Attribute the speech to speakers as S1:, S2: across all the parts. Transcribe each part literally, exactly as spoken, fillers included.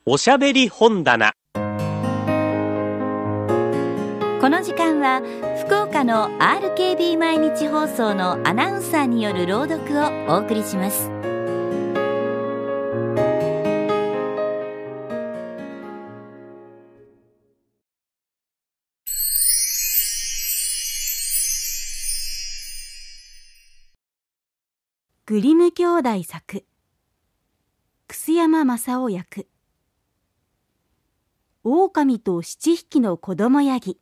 S1: おしゃべり本棚。
S2: この時間は福岡の アールケービー 毎日放送のアナウンサーによる朗読をお送りします。
S3: グリム兄弟作、楠山正夫役、狼と七匹の子供ヤギ。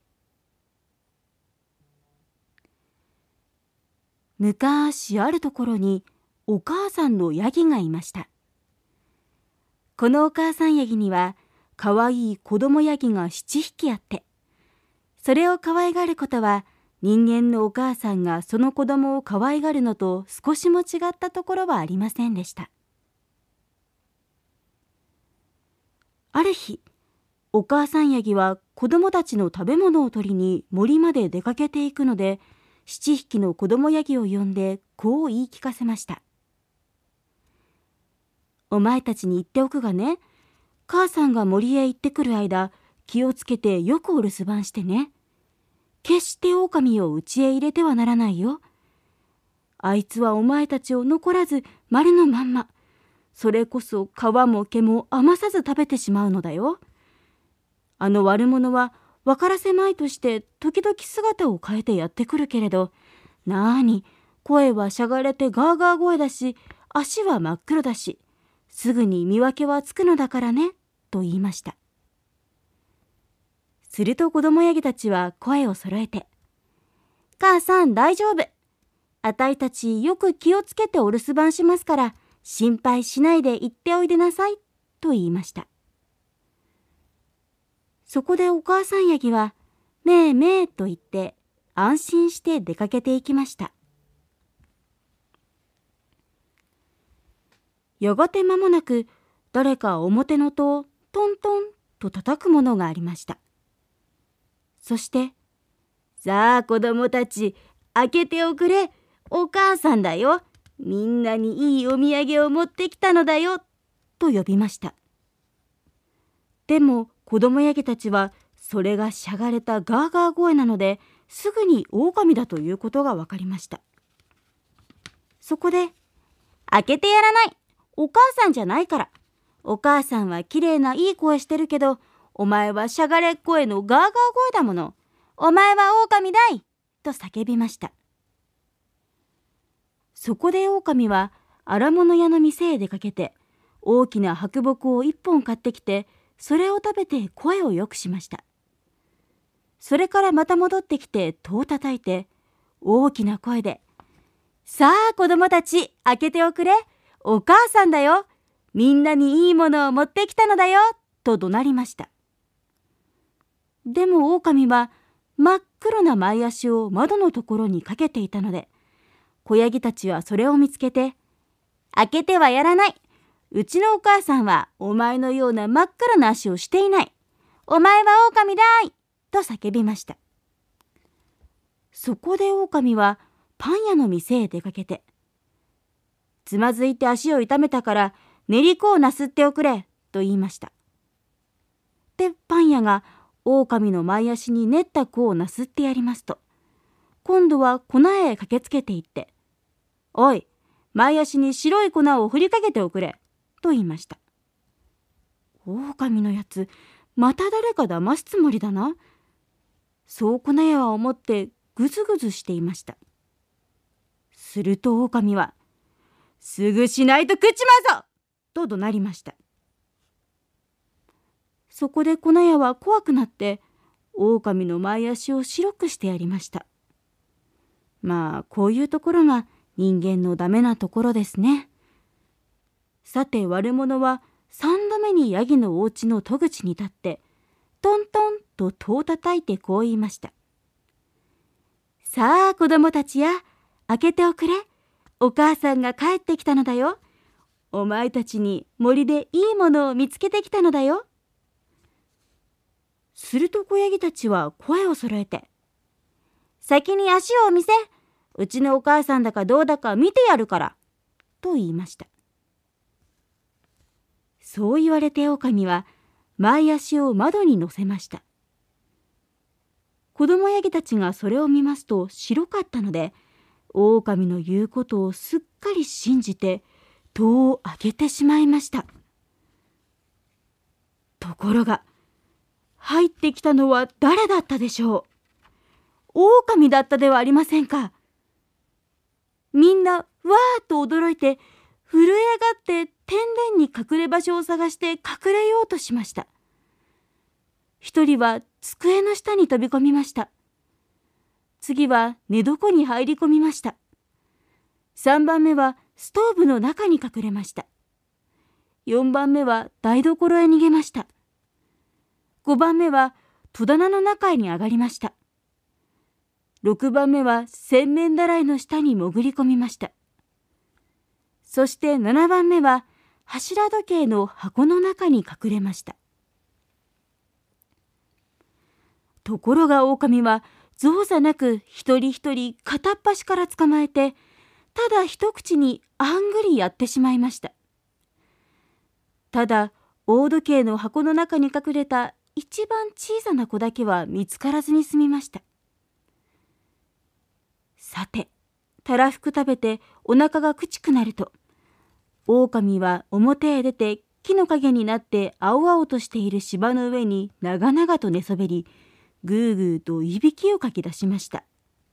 S3: 昔あるところにお母さんのヤギがいました。このお母さんヤギにはかわいい子供ヤギが七匹あって、それを可愛がることは人間のお母さんがその子供を可愛がるのと少しも違ったところはありませんでした。ある日、お母さんヤギは子供たちの食べ物を取りに森まで出かけていくので、七匹の子供ヤギを呼んでこう言い聞かせました。お前たちに言っておくがね、母さんが森へ行ってくる間、気をつけてよくお留守番してね。決して狼を家へ入れてはならないよ。あいつはお前たちを残らず丸のまんま、それこそ皮も毛も余さず食べてしまうのだよ。あの悪者は分からせまいとして時々姿を変えてやってくるけれど、なあに声はしゃがれてガーガー声だし、足は真っ黒だし、すぐに見分けはつくのだからね、と言いました。すると子供ヤギたちは声を揃えて、母さん大丈夫。あたいたちよく気をつけてお留守番しますから、心配しないで行っておいでなさい、と言いました。そこでお母さんヤギは、めーめーと言って安心して出かけていきました。やがて間もなく、誰か表の戸をトントンと叩くものがありました。そして、さあ子供たち、開けておくれ。お母さんだよ。みんなにいいお土産を持ってきたのだよ。と呼びました。でも子供ヤギたちは、それがしゃがれたガーガー声なので、すぐに狼だということがわかりました。そこで、開けてやらない。お母さんじゃないから。お母さんはきれいないい声してるけど、お前はしゃがれっ声のガーガー声だもの。お前は狼だいと叫びました。そこで狼は荒物屋の店へ出かけて、大きな白木を一本買ってきて、それを食べて声をよくしました。それからまた戻ってきて戸を叩いて、大きな声で、さあ子供たち開けておくれ。お母さんだよ。みんなにいいものを持ってきたのだよ。と怒鳴りました。でも狼は真っ黒な前足を窓のところにかけていたので、子ヤギたちはそれを見つけて、開けてはやらない。うちのお母さんはお前のような真っ黒な足をしていない。お前は狼だいと叫びました。そこで狼はパン屋の店へ出かけて、つまずいて足を痛めたから練り粉をなすっておくれと言いました。で、パン屋が狼の前足に練った粉をなすってやりますと、今度は粉へ駆けつけていって、おい、前足に白い粉を振りかけておくれと言いました。狼のやつ、また誰か騙すつもりだな。そう粉屋は思ってぐずぐずしていました。すると狼は、すぐしないと食っちまうぞと怒鳴りました。そこで粉屋は怖くなって、狼の前足を白くしてやりました。まあ、こういうところが人間のダメなところですね。さて悪者は三度目にヤギのお家の戸口に立って、トントンと戸を叩いてこう言いました。さあ子供たちや、開けておくれ。お母さんが帰ってきたのだよ。お前たちに森でいいものを見つけてきたのだよ。すると子ヤギたちは声を揃えて、先に足をお見せ。うちのお母さんだかどうだか見てやるから。と言いました。 そう言われて狼は前足を窓に乗せました。子供ヤギたちがそれを見ますと白かったので、狼の言うことをすっかり信じて戸を開けてしまいました。ところが入ってきたのは誰だったでしょう。狼だったではありませんか。みんなわーっと驚いて震え上がって天殿に隠れ場所を探して隠れようとしました。一人は机の下に飛び込みました。次は寝床に入り込みました。三番目はストーブの中に隠れました。四番目は台所へ逃げました。五番目は戸棚の中に上がりました。六番目は洗面だらいの下に潜り込みました。そして七番目は柱時計の箱の中に隠れました。ところが狼は造作なく一人一人片っ端から捕まえて、ただ一口にあんぐりやってしまいました。ただ大時計の箱の中に隠れた一番小さな子だけは見つからずに済みました。さて、たらふく食べてお腹がくちくなると、狼は表へ出て木の陰になって青々としている芝の上に長々と寝そべり、ぐーぐーといびきをかき出しました。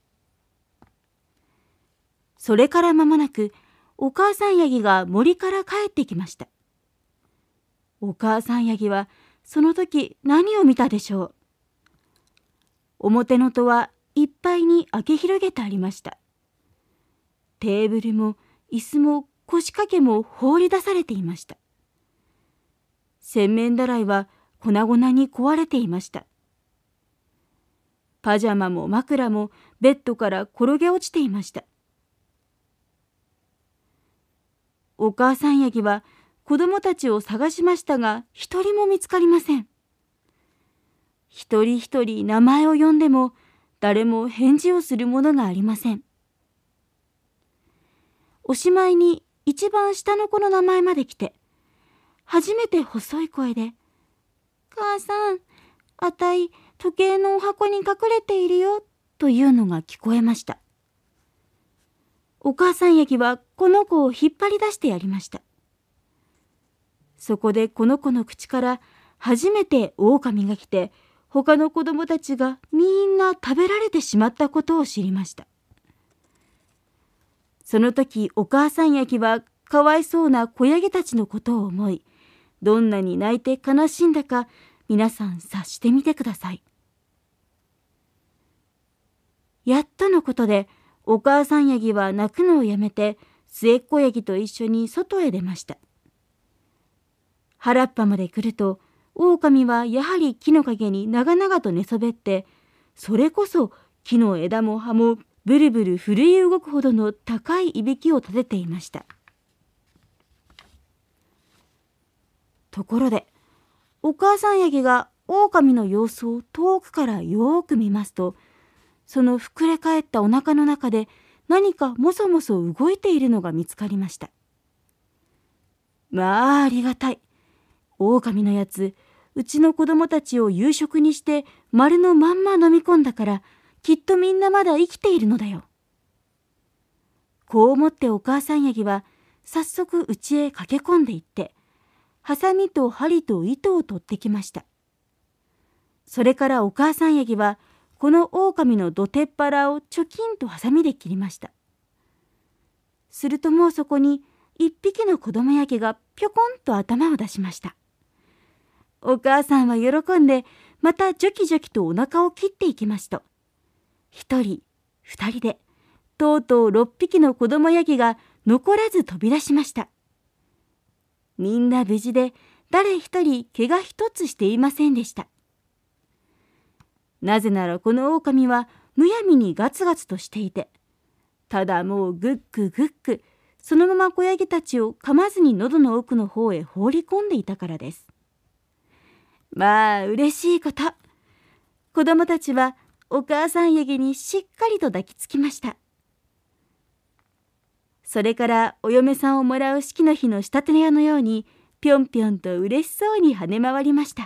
S3: それから間もなくお母さんヤギが森から帰ってきました。お母さんヤギはその時何を見たでしょう。表の戸はいっぱいに開け広げてありました。テーブルも椅子も腰掛けも放り出されていました。洗面だらいは粉々に壊れていました。パジャマも枕もベッドから転げ落ちていました。お母さんヤギは子供たちを探しましたが、一人も見つかりません。一人一人名前を呼んでも誰も返事をするものがありません。おしまいに一番下の子の名前まで来て、初めて細い声で、母さん、あたい時計のお箱に隠れているよ、というのが聞こえました。お母さんヤギはこの子を引っ張り出してやりました。そこでこの子の口から初めて狼が来て、他の子供たちがみんな食べられてしまったことを知りました。その時お母さんヤギはかわいそうな子ヤギたちのことを思い、どんなに泣いて悲しんだか皆さん察してみてください。やっとのことでお母さんヤギは泣くのをやめて末っ子ヤギと一緒に外へ出ました。原っぱまで来ると狼はやはり木の陰に長々と寝そべって、それこそ木の枝も葉もブルブル震え動くほどの高いいびきを立てていました。ところでお母さんヤギが狼の様子を遠くからよーく見ますと、その膨れ返ったお腹の中で何かもそもそ動いているのが見つかりました。まあありがたい。狼のやつ、うちの子供たちを夕食にして丸のまんま飲み込んだから、きっとみんなまだ生きているのだよ。こう思ってお母さんヤギは早速家へ駆け込んでいって、ハサミと針と糸を取ってきました。それからお母さんヤギはこの狼のどてっぱらをチョキンとハサミで切りました。するともうそこに一匹の子供ヤギがぴょこんと頭を出しました。お母さんは喜んでまたジョキジョキとお腹を切っていきますと、一人二人でとうとう六匹の子供ヤギが残らず飛び出しました。みんな無事で誰一人怪我一つしていませんでした。なぜならこの狼はむやみにガツガツとしていて、ただもうグックグックそのまま子ヤギたちを噛まずに喉の奥の方へ放り込んでいたからです。まあ嬉しいこと。子供たちはお母さんヤギにしっかりと抱きつきました。それからお嫁さんをもらう式の日の仕立て屋のようにぴょんぴょんと嬉しそうに跳ね回りました。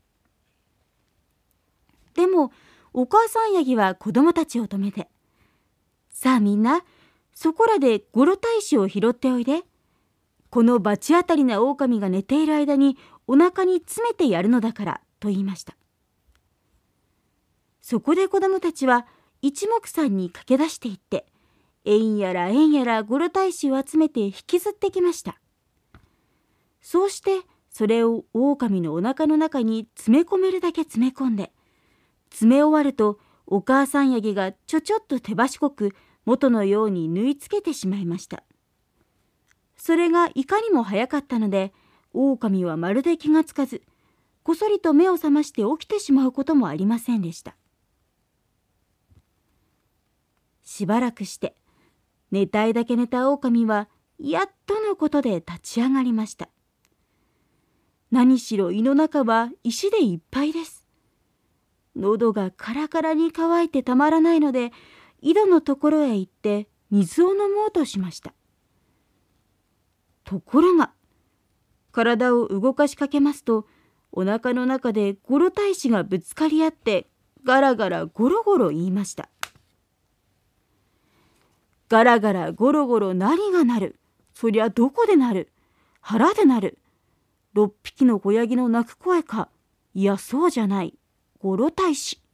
S3: でもお母さんヤギは子供たちを止めて、さあみんな、そこらでゴロタイシを拾っておいで。この罰当たりな狼が寝ている間にお腹に詰めてやるのだからと言いました。そこで子供たちは一目散に駆け出していって、えんやらえんやらゴロタイシを集めて引きずってきました。そうしてそれを狼のお腹の中に詰め込めるだけ詰め込んで、詰め終わるとお母さんヤギがちょちょっと手賢く元のように縫い付けてしまいました。それがいかにも早かったので、狼はまるで気がつかず、こそりと目を覚まして起きてしまうこともありませんでした。しばらくして、寝たいだけ寝た狼はやっとのことで立ち上がりました。何しろ胃の中は石でいっぱいです。喉がカラカラに乾いてたまらないので、井戸のところへ行って水を飲もうとしました。ところが、体を動かしかけますと、お腹の中でゴロタイシがぶつかり合って、ガラガラゴロゴロ言いました。ガラガラゴロゴロ何がなる？そりゃどこでなる？腹でなる。六匹の子ヤギの鳴く声か。いやそうじゃない。ゴロタイシ。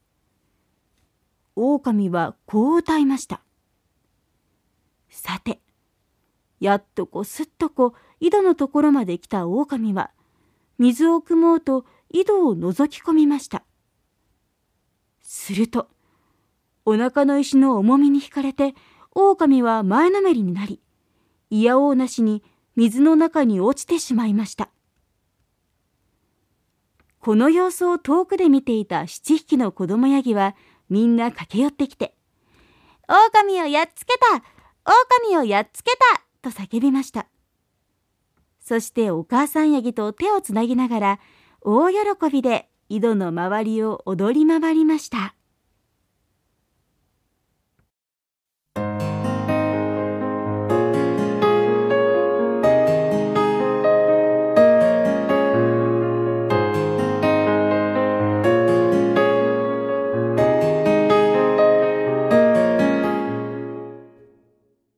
S3: 狼はこう歌いました。さて、やっとこすっとこ井戸のところまで来た狼は、水を汲もうと井戸を覗き込みました。すると、お腹の石の重みに引かれて、狼は前のめりになり、いやおうなしに水の中に落ちてしまいました。この様子を遠くで見ていた七匹の子供ヤギは、みんな駆け寄ってきて、狼をやっつけた！狼をやっつけた！と叫びました。そしてお母さんヤギと手をつなぎながら大喜びで井戸の周りを踊り回りました。